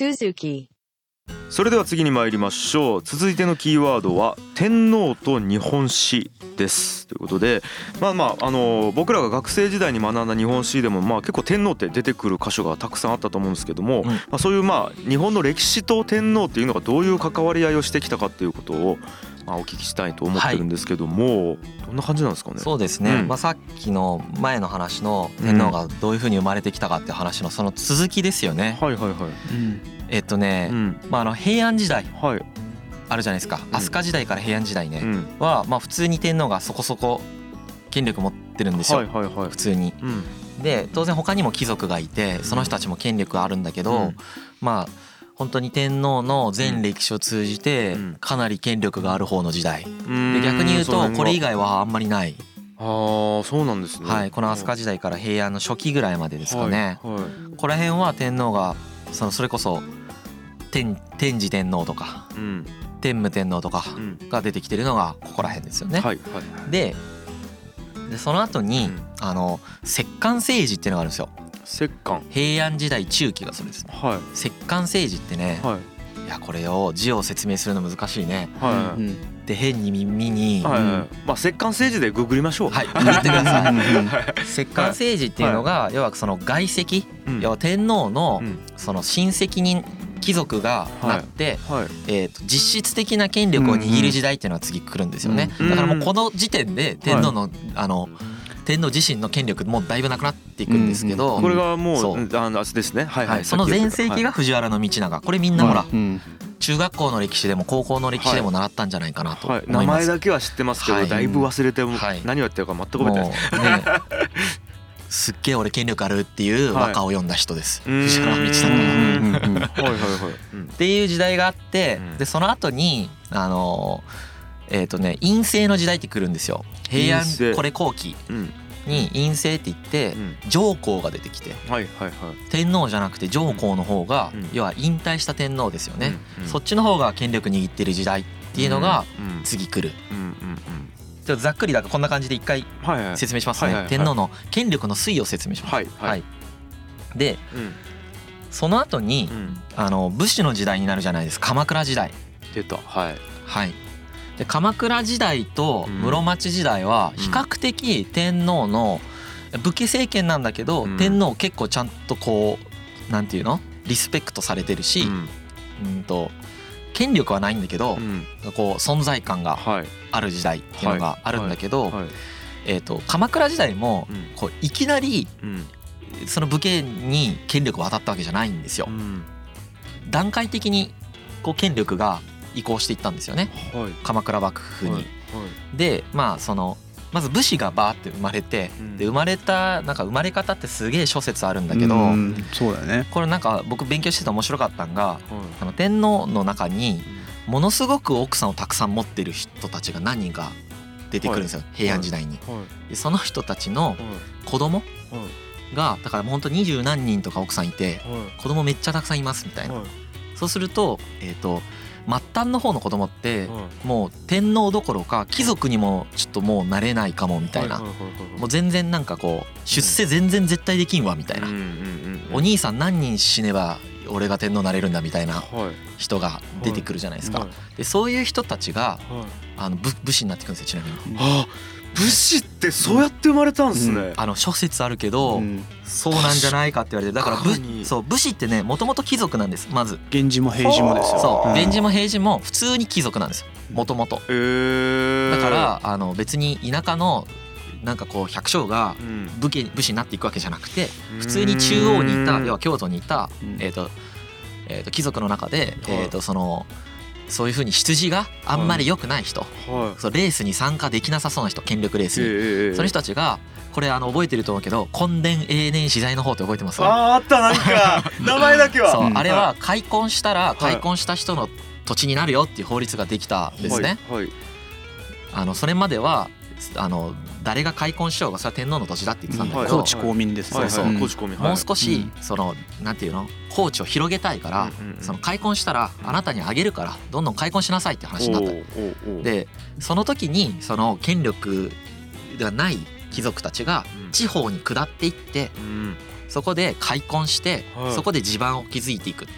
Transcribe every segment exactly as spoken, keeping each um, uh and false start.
Suzuki。 それでは次に参りましょう。続いてのキーワードは天皇と日本史ですということで、まあまああの僕らが学生時代に学んだ日本史でもまあ結構天皇って出てくる箇所がたくさんあったと思うんですけども、 うんまあそういうまあ日本の歴史と天皇っていうのがどういう関わり合いをしてきたかっていうことをまあお聞きしたいと思ってるんですけども、どんな感じなんですかね。 そうですね、 うんまあ、さっきの前の話の天皇がどういうふうに生まれてきたかっていう話のその続きですよね。 はいはいはい。 えっとね、 うんまあ、あの平安時代はい。 あるじゃないですか。飛鳥時代から平安時代ね、 うんはまあ普通に天皇がそこそこ権力持ってるんですよ、 はいはいはい普。通に。 うんで当然他にも貴族がいてその人たちも権力あるんだけど、 うんまあ本当に天皇の全歴史を通じてうんかなり権力がある方の時代うーんで、逆に言うとこれ以外外はあんまりない、 ああそうなんですね。 はい、この飛鳥時代から平安の初期ぐらいまでですかね。 はいはいここら辺は天皇がそのそれこそ天天智天皇とかうん天武天皇とかうんが出てきてるのがここら辺ですよね。 はいはい。 ででその後に、 うんあの摂関政治っていうのがあるんですよ。 摂関。 平安時代中期がそれですね。 はい摂関政治ってね、 はいいやこれを字を説明するの難しいね。 はい。 うんで変に耳に、 はいははい。まあ摂関政治でググりましょう。 い、ググってくださうんい。摂関政治っていうのが、要はその外戚、 うん要は天皇のうんその親戚に貴族がなって、 はい。 えー、と実質的な権力を握る時代っていうのは次来るんですよね。 うんだからもうこの時点で天皇の、あの天皇自身の権力もうだいぶなくなっていくんですけど、 これがもそううあのあれですね。はいはい。 はい、その全盛期が藤原道長、これみんなほらうん中学校の歴史でも高校の歴史でも習ったんじゃないかなとはい思います。 名前だけは知ってますけはいどだいぶ忘れてもはい何をやってるか全く覚えてない。 もうねすっげえ俺権力あるっていう和歌を読んだ人です、 はい藤原道う長が。 うんうんうんはいはいはい。うんっていう時代があって、 うんでその後にあのえっ、とね院政の時代って来るんですよ。平院政安これ後期うんに院政って言ってうん上皇が出てきて、 はいはいはい。 天皇じゃなくて上皇の方が、 うん要は引退した天皇ですよね、 うんうんそっちの方が権力握ってる時代っていうのがうん次来る。 うんうんうん。 ちょっとざっくりだからこんな感じで一回はいはい。 説明しますね、 はいはいはい天皇の権力の推移を説明します。 はいはい。 でうんその後に、 うん。 あの武士の時代になるじゃないですか。鎌倉時代。 出た。はい。 はい、で鎌倉時代と室町時代は比較的天皇の武家政権なんだけど、 うん天皇結構ちゃんとこうなんていうのリスペクトされてるし、 うんうんと権力はないんだけどう、ん。 こう存在感がはいある時代っていうのがあるんだけど、 はい。 えー、と鎌倉時代もうんこういきなりうんその武家に権力渡ったわけじゃないんですよう。ん。 段階的にこう権力が移行していったんですよね、 はい。 鎌倉幕府に。 はいでまあそのまず武士がバーって生まれて、 うんで生まれたなんか生まれ方ってすげえ諸説あるんだけど、 うんそうだよね。 これなんか僕勉強してて面白かったんが、 はい。 あの天皇の中にものすごく奥さんをたくさん持ってる人たちが何人か出てくるんですよ、平安時代に。 はいでその人たちのはい子供はいがだからもうほんと二十何人とか奥さんいてはい子供めっちゃたくさんいますみたいな。 はいそうするとえっ、と末端の方の子供ってはいもう天皇どころか貴族にもちょっともうなれないかもみたいな、 はいはいはいはいもう全然なんかこう出世全然絶対できんわみたいな、 うんうんうんうんお兄さん何人死ねば俺が天皇なれるんだみたいなはい人が出てくるじゃないですか、 はいでそういう人たちがはいあの武武士になってくるんですよちなみに。 あ武士ってそうやって生まれたんですね。 あの諸説あるけど、 うんそうなんじゃないかって言われてる。だから確かに武そう武士ってねもともと貴族なんですまず。 源氏も平氏もですよ。 そう、 ん源氏も平氏も普通に貴族なんですよもともと。 えーだからあの別に田舎のなんかこう百姓がうん武家武士になっていくわけじゃなくて普通に中央にいた要は京都にいたうんえーとえーと貴族の中ではいえーとそのそういう風に出自があんまり良くない人、 はいそうレースに参加できなさそうな人権力レースに、 ええその人たちがこれあの覚えてると思うけど墾田永年私財の方って覚えてます？ あーあったなんか名前だけはそう、 うんあれは開墾したら開墾した人の土地になるよっていう法律ができたんですね。 はいはいあのそれまではあの誰が開墾しようがそれは天皇の土地だって言ってたんだけど、 高知公民ですね。 はいそうはい高知公民はいもう少しそのなんていうの高地を広げたいから、 うんうんうんその開墾したらあなたにあげるからどんどん開墾しなさいって話になった。 おうおうおうでその時にその権力がない貴族たちがうん地方に下っていってうんそこで開墾して、 はいそこで地盤を築いていくんですよ。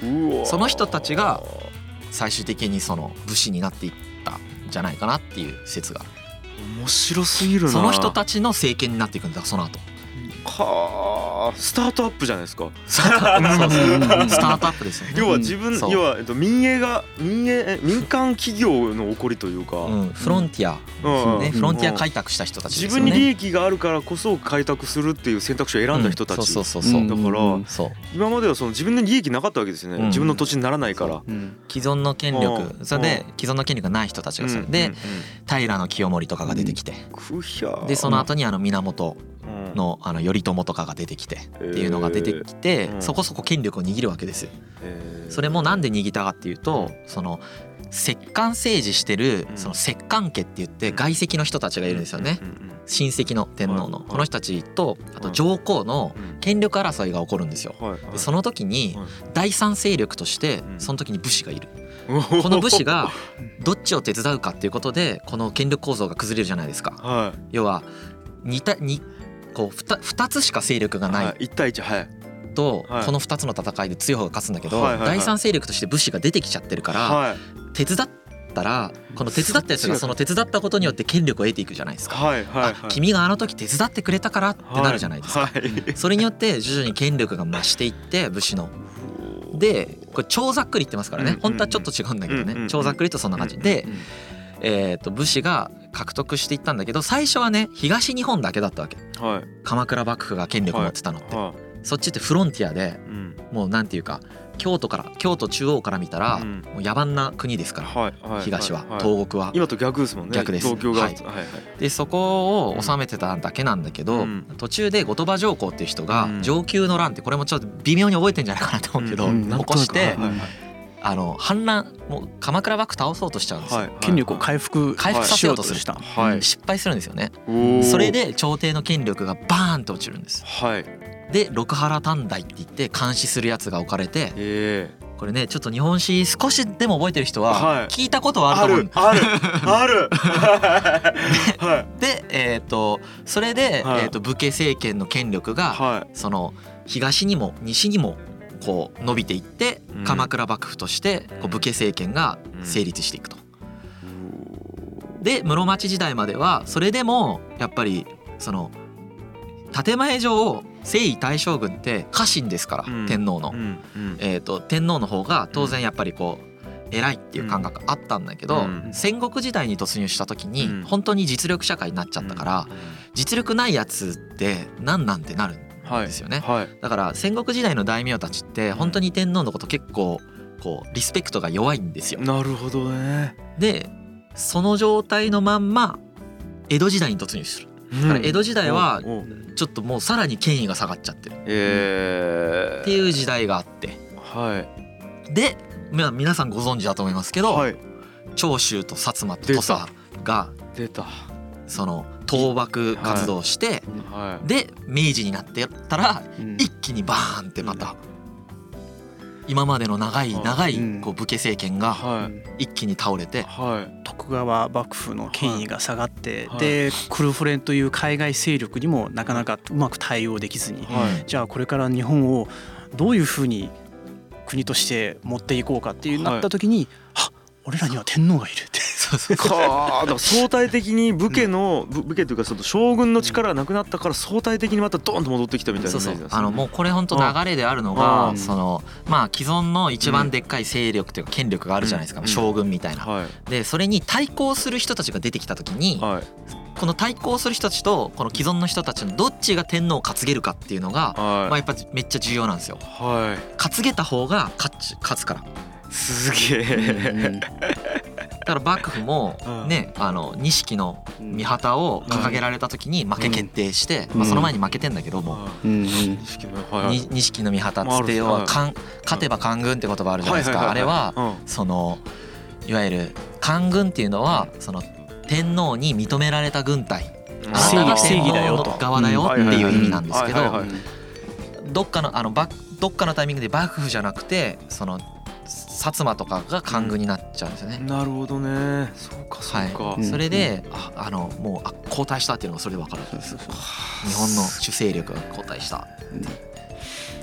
うわその人たちが最終的にその武士になっていったんじゃないかなっていう説が。 面白すぎるな。 その人たちの政権になっていくんだその後。 はあスタートアップじゃないですか。 そうそうスタートアップですよね。 要は自分、 そう要は、えっと、民営が民営え民間企業の起こりというか、 うん、フロンティア、 うんね、フロンティア開拓した人たちです自よね。 分に利益があるからこそ開拓するっていう選択肢を選んだ人たち、 うん、そうそうそうそう、 だから、 うんそう今まではその自分の利益なかったわけですよね、 うん自分の土地にならないから。 うん既存の権う力んそれで既存の権力がない人たちがそれで、 うんうん平清盛とかが出てきて、 うん、くひゃーでその後にあの源うんのあの頼朝とかが出てきてっていうのが出てきて、 うんそこそこ権力を握るわけですよ。 えーそれもなんで握ったかっていうと、その摂関政治してるうんその摂関家って言って外戚の人たちがいるんですよね。 うんうん親戚の天皇はいのこの人たちとあと上皇のうん権力争いが起こるんですよ。 はいはいでその時にはい第三勢力としてうんその時に武士がいる。この武士がどっちを手伝うかっていうことでこの権力構造が崩れるじゃないですか。 は要は似たにこう 2, 2つしか勢力がいないはい、一対一はいとはいこのふたつの戦いで強い方が勝つんだけど、 はいはいはい第三勢力として武士が出てきちゃってるからはい手伝ったらこの手伝ったやつがその手伝ったことによって権力を得ていくじゃないですか。 はいはいはいあ君があの時手伝ってくれたからってなるじゃないですか。 はいはいそれによって徐々に権力が増していって武士の。でこれ超ざっくり言ってますからね、 うんうんうん本当はちょっと違うんだけどうんうんうんね超ざっくりとそんな感じで、えー、と武士が獲得していったんだけど最初はね東日本だけだったわけ。 はい鎌倉幕府が権力を持ってたのって、 はそっちってフロンティアでいうんもうなんていうか京都から京都中央から見たらうんもう野蛮な国ですから、 はいはい東は、 いい東国は。 今と逆ですもんね。 逆です東京が、 ははいいはいでそこを治めてただけなんだけど、 うん途中で後鳥羽上皇っていう人がうん承久の乱ってこれもちょっと微妙に覚えてんじゃないかなと思うけど、 うん起こして、 はいはいあの反乱もう鎌倉幕府倒そうとしちゃうんですよ、 はいはい権力を回復回復させようとするしよはいうん失敗するんですよね。 おーそれで朝廷の権力がバーンと落ちるんです。 はいで六原短大って言って監視するやつが置かれて、 えこれねちょっと日本史少しでも覚えてる人ははい聞いたことはあー、 ると思うあるあるあるはいでえっ、とそれで、 はいえー、と武家政権の権力が、 はいその東にも西にもこう伸びていって、 うん鎌倉幕府としてこう武家政権が成立していくと。で室町時代まではそれでもやっぱりその建前上征夷大将軍って家臣ですから、 うん天皇の、 うんうんえー、と天皇の方が当然やっぱりこう偉いっていう感覚あったんだけど、 うん戦国時代に突入した時にうん本当に実力社会になっちゃったから、実力ないやつって何なんてなるんはいですよね。 はいだから戦国時代の大名たちって本当に天皇のこと結構こうリスペクトが弱いんですよ。 なるほどね。 でその状態のまんま江戸時代に突入する。 だから江戸時代はおおちょっともうさらに権威が下がっちゃってるえー、 っていう時代があって、 はいでまあ皆さんご存知だと思いますけど、 はい長州と薩摩と土佐が出たその倒幕活動して、 はで明治になってやったらうん一気にバーンってまた今までの長い長いうんこう武家政権いがはい一気に倒れて、 はい徳川幕府の権威が下がって、 はいでクルフレンという海外勢力にもなかなかうまく対応できずに、 はいじゃあこれから日本をどういうふうに国として持っていこうかっていうなった時に、あ、俺らには天皇がいるってそうそうかあだから相対的に武家の武武家というかその将軍の力がなくなったから相対的にまたドーンと戻ってきたみたいなイメそうそうージなんですね。 あのもうこれ本当流れであるのうがんそのまあ既存の一番でっかい勢力というか権力があるじゃないですか、 うん将軍みたいな。 はいでそれに対抗する人たちが出てきた時に、 はいこの対抗する人たちとこの既存の人たちのどっちが天皇を担げるかっていうのが、まあ、 はやっぱめっちゃ重要なんですよ。 いはい担げた方が勝ち勝つから。 すげえだから幕府もうんねあの錦の御旗を掲げられた時に負け決定して、 うんまあ、その前に負けてんだけども、 うんうん錦のはいに錦の御旗っつってまあある要ははい官勝てば官軍って言葉あるじゃないですか。 はいあれはうんそのいわゆる官軍っていうのはその天皇に認められた軍隊、あなたが天正義正義だよ皇との側だよっていう意味なんですけど、 はいはいはいどっかのあのばどっかのタイミングで幕府じゃなくてその薩摩とかが官軍になっちゃうんですよね。 なるほどね。そうかそうか。 はい、それで、ああのもうあ交代したっていうのがそれで分かるんです。日本の主勢力が交代した。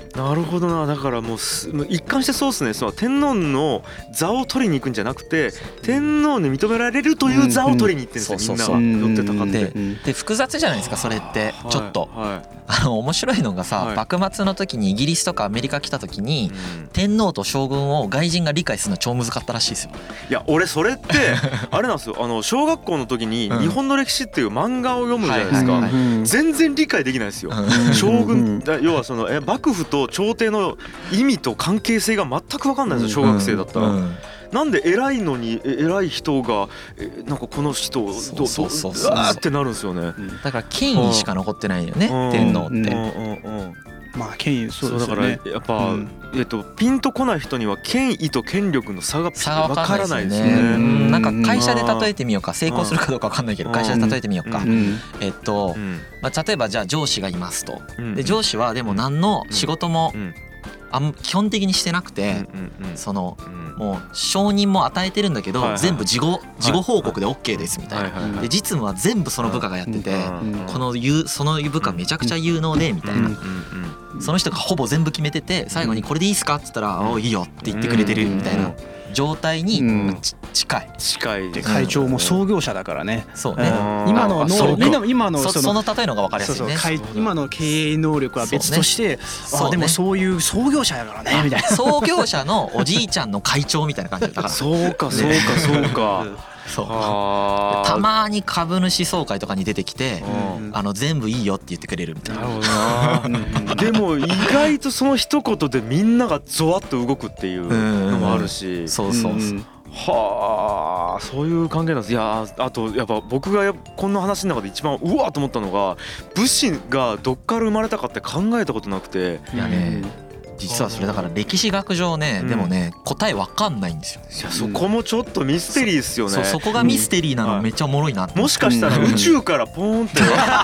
なるほどな。だからもうすもう一貫してそうですね。その天皇の座を取りに行くんじゃなくて、天皇に認められるという座を取りに行ってるんですよ、 うんうんみんなは寄ってたかって。 でで複雑じゃないですかそれってちょっと、 はいはいあの面白いのがさ、 はい幕末の時にイギリスとかアメリカ来た時に、 うん天皇と将軍を外人が理解するの超難かったらしいですよ。 いや俺それってあれなんですよ。あの小学校の時にうん日本の歴史っていう漫画を読むじゃないですか、 はいはいはい全然理解できないですよ。 うん将軍だ要はそのえ幕府と朝廷の意味と関係性が全く分かんないんですよ小学生だったら。 うんうんなんで偉いのにえ偉い人がえなんかこの人をどそうそうそうそううわーってなるんですよね。 だから権威しか残ってないよね、 うん天皇って、 うんうんうんうんまあ権威そうですだからよね。 やっぱ、 うんえっとピンとこない人には権威と権力の差が差が分分からかんなないいですすよでよね。うね。 んなんか会社で例えてみようか、成功するかどうか分かんないけどうん会社で例えてみようか、 うんえっと、 うんまあ、例えばじゃあ上司がいますと。 うんで上司はでも何の仕事もうんあん基本的にしてなくて、 うんうんうんそのうんもう承認も与えてるんだけど、 はいはい全部事後事後報告で OK ですみたいな、 はいはいはいで実務は全部その部下がやってて、 うんこの有その部下めちゃくちゃ有能でみたいな、 うんうんうんその人がほぼ全部決めてて最後にこれでいいっすかっつったら「おいいよ」って言ってくれてるみたいな状態にうんち近い。 近いで会長も創業者だからね。 そうね、 うん今のあそうか能今今のそそのその例えのが分かりやすいね。 そうそう会今の経営能力は別として、 そうねあでもそういう創業者やからねみたいな。 創業者のおじいちゃんの会長みたいな感じだから。 そうかそうかそうか。 そうあーたまに株主総会とかに出てきて、 うんあの全部いいよって言ってくれるみたいな。 なるほどな。でも意外とその一言でみんながゾワッと動くっていうのもあるし。 そうそうそう。 んはあそういう関係なんです。いやあとやっぱ僕がやこんな話の中で一番うわーと思ったのが武士がどっから生まれたかって考えたことなくて。 いやね実はそれだから歴史学上ね、 うんでもね答えわかんないんですよ。 いやそこもちょっとミステリーですよね。 そうそこがミステリーなうんのめっちゃおもろいなって。 もしかしたら宇宙からポーンって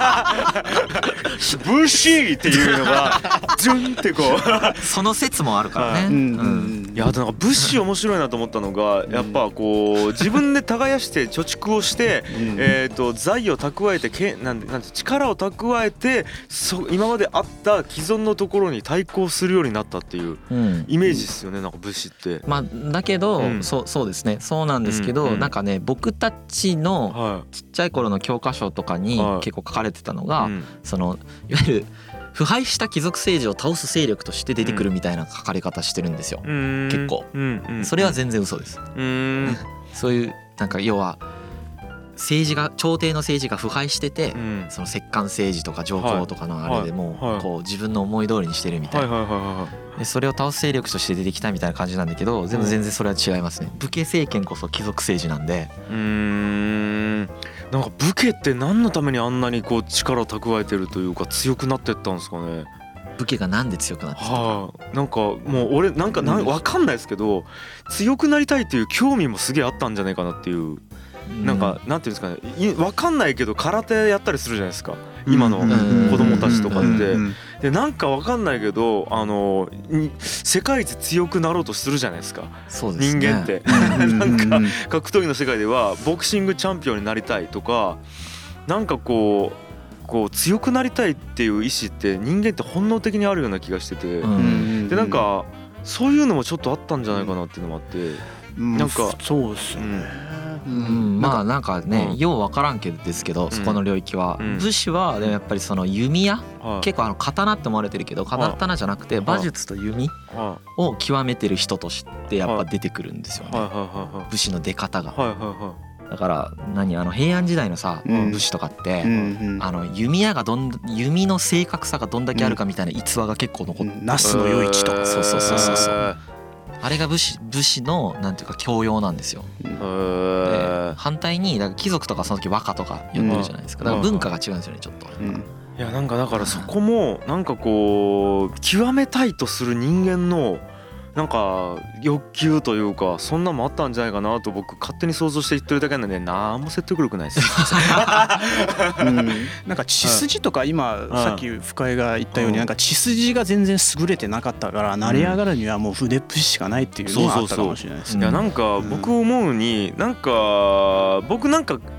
ブシーっていうのがジュンってこうその説もあるからね。 うんうんいやあとなんか物資面白いなと思ったのがやっぱこう自分で耕して貯蓄をしてうんえと財を蓄えてけなんでなんて力を蓄えてそ今まであった既存のところに対抗するようになったっていううんイメージですよねなんか武士って。 まあだけど、 うんそうそうですねそうなんですけど、 うんうんなんかね僕たちのはちっちゃい頃の教科書とかにはい結構書かれてたのい。 が、 うんそのいわゆる腐敗した貴族政治を倒す勢力として出てくるみたいな書かれ方してるんですよ。 うん結構うんうんそれは全然嘘です。 うんそういうなんか要は政治が朝廷の政治が腐敗してて、 うんその摂関政治とか上皇とかのあれでもはいはいこう自分の思い通りにしてるみたはいいな、 はいはいはでそれを倒す勢力として出てきたみたいな感じなんだけど全部全然それは違いますね。武家政権こそ貴族政治なんで、 い。うーんなんか武家って何のためにあんなにこう力を蓄えてるというか強くなってったんですかね。 武家がなんで強くなってたか、 はあ、なんかもう俺なんかなんうんわかんないですけど強くなりたいっていう興味もすげえあったんじゃないかなっていうなんかなんていうんですかねいわかんないけど空手やったりするじゃないですか今のうん子供たちとかっうんてうんでなんかわかんないけどあのに世界一強くなろうとするじゃないですかそうですね人間ってうんなんかうん格闘技の世界ではボクシングチャンピオンになりたいとかなんかこうこう強くなりたいっていう意志って人間って本能的にあるような気がしてて、 ううんんでなんかそういうのもちょっとあったんじゃないかなっていうのもあって、 うんなんかそうですよね。ううん、まあなんかね、 うんようわからんけどですけど、そこの領域は、 うん武士はでもやっぱりその弓矢、 はい結構あの刀って思われてるけど刀じゃなくて馬術と弓はを極めてる人としてやっぱ出てくるんですよいはいね、 は武士の出方が。 いはいはいはだから何あの平安時代のさ、 うん武士とかって、 うんうんあの弓矢がどん弓の正確さがどんだけあるかみたいな逸話が結構残って、 ナスの余市とか。 そうそうそうそうそうへあれが武士武士のなんていうか教養なんですよ。 ーで反対にだから貴族とかその時和歌とか呼んでるじゃないですか。だから文化が違うんですよねちょっと。 うんいやなんかだからそこもなんかこう極めたいとする人間のなんか欲求というかそんなのもあったんじゃないかなと僕勝手に想像して言ってるだけなんで何も説得力ないですうんなんか血筋とか今さっき深井が言ったようになんか血筋が全然優れてなかったから成り上がるにはもう筆っぷししかないっていうのがあったかもしれないですね。 いやなんか僕思うになんか僕なんか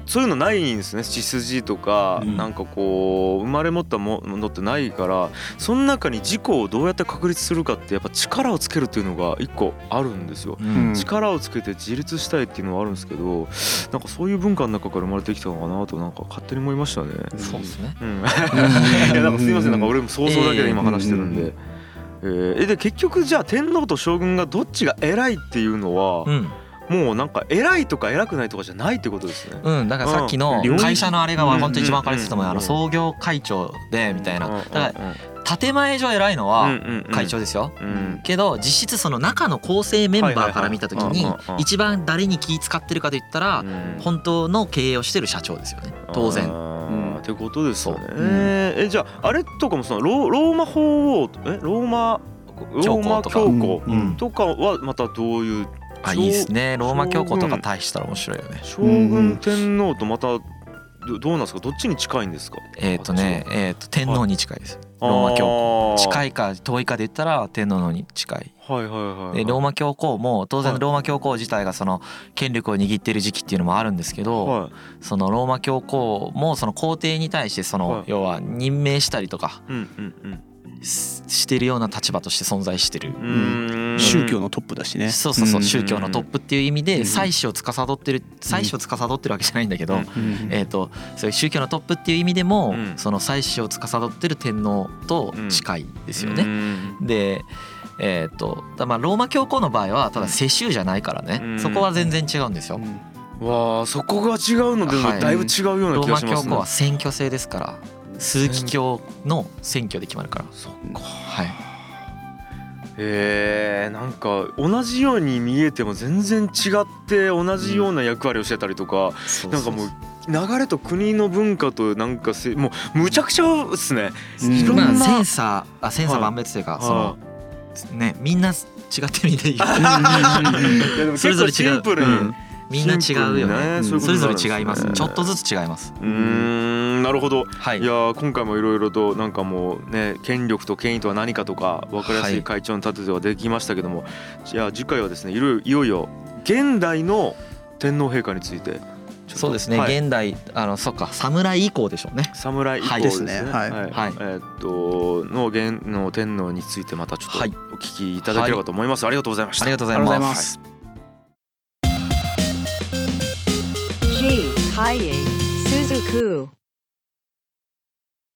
そういうのないんですね。血筋とか、 うんなんかこう生まれ持ったものってないから、その中に自己をどうやって確立するかってやっぱ力をつけるっていうのが一個あるんですよ。 うん力をつけて自立したいっていうのはあるんですけど、なんかそういう文化の中から生まれてきたのかなとなんか勝手に思いましたね。 そうですね。 うん、いやなんかすいません、なんか俺も想像だけで今話してるんで、えー、で結局じゃあ天皇と将軍がどっちが偉いっていうのは、 うんもうなんか偉いとか偉くないとかじゃないってことですね。 うん、だからさっきのうん会社のあれがうん本当に一番分かりやすいと思う。 うんあの創業会長でみたいな。 うんだから建前上偉いのは会長ですよ。 うんけど実質その中の構成メンバーから見た時にはいはいはいうんうんうん一番誰に気使ってるかといったらうん本当の経営をしてる社長ですよね、当然。 あーってことですよね。 そうえじゃああれとかもそのローローマ法王えローマローマ教皇うんとかはまたどういうあ、いいですね。ローマ教皇とか対したら面白いよね。 将軍天皇とまたどどうなんですか、どっちに近いんですか。 えっとね、えっと天皇に近いです。ローマ教皇近い。 いか遠いかで言ったら天皇の方に近い。 はいはいはいはい。 でローマ教皇も当然はいローマ教皇自体がその権力を握っている時期っていうのもあるんですけど、 はいそのローマ教皇もその皇帝に対してそはいの要は任命したりとかうんうんうんししてるような立場として存在してる。 うーん宗教のトップだしね。 そうそうそう、 ん宗教のトップっていう意味うんで祭祀を司ってる祭祀を司ってるわけじゃないんだけど、 うんうんえー、とそういう宗教のトップっていう意味でも、 うんその祭祀を司ってる天皇と近いですよね。 うんで、えー、とだまあローマ教皇の場合はただ世襲じゃないからね、 うんそこは全然違うんですよ。 わあそこが違うのでもはいだいぶ違うようなローマ気がしますね。 教皇は選挙制ですから、枢機卿の選挙で決まるから。 そっか。 はいえー、なんか同じように見えても全然違って同じような役割をしてたりとか、なんかもう流れと国の文化となんかせもうむちゃくちゃですね。 うんいろんな、 まあ千差あ千差万別というか、 はいそのねみんな違ってみていいいやでもそれぞれ違う結構シンプルに、 うんみんな違うよシンプルにね。 ねそういうことそれぞれなんですね違います。ちょっとずつ違います。 うーんなるほど。 はいいやー今回もいろいろとなんかもうね権力と権威とは何かとか分かりやすい会長の立てではできましたけども、じゃあ次回はですねいろいろいよいよ現代の天皇陛下についてちょっとそうですね、 はい現代あのそっか侍以降でしょうね。 侍以降はいですね。 ですねはいはいえーっとの現の天皇についてまたちょっとはいお聞きいただければと思います。ありがとうございました。 ありがとうごありがとうございざいま。 ますす。 G. Kaye Suzuku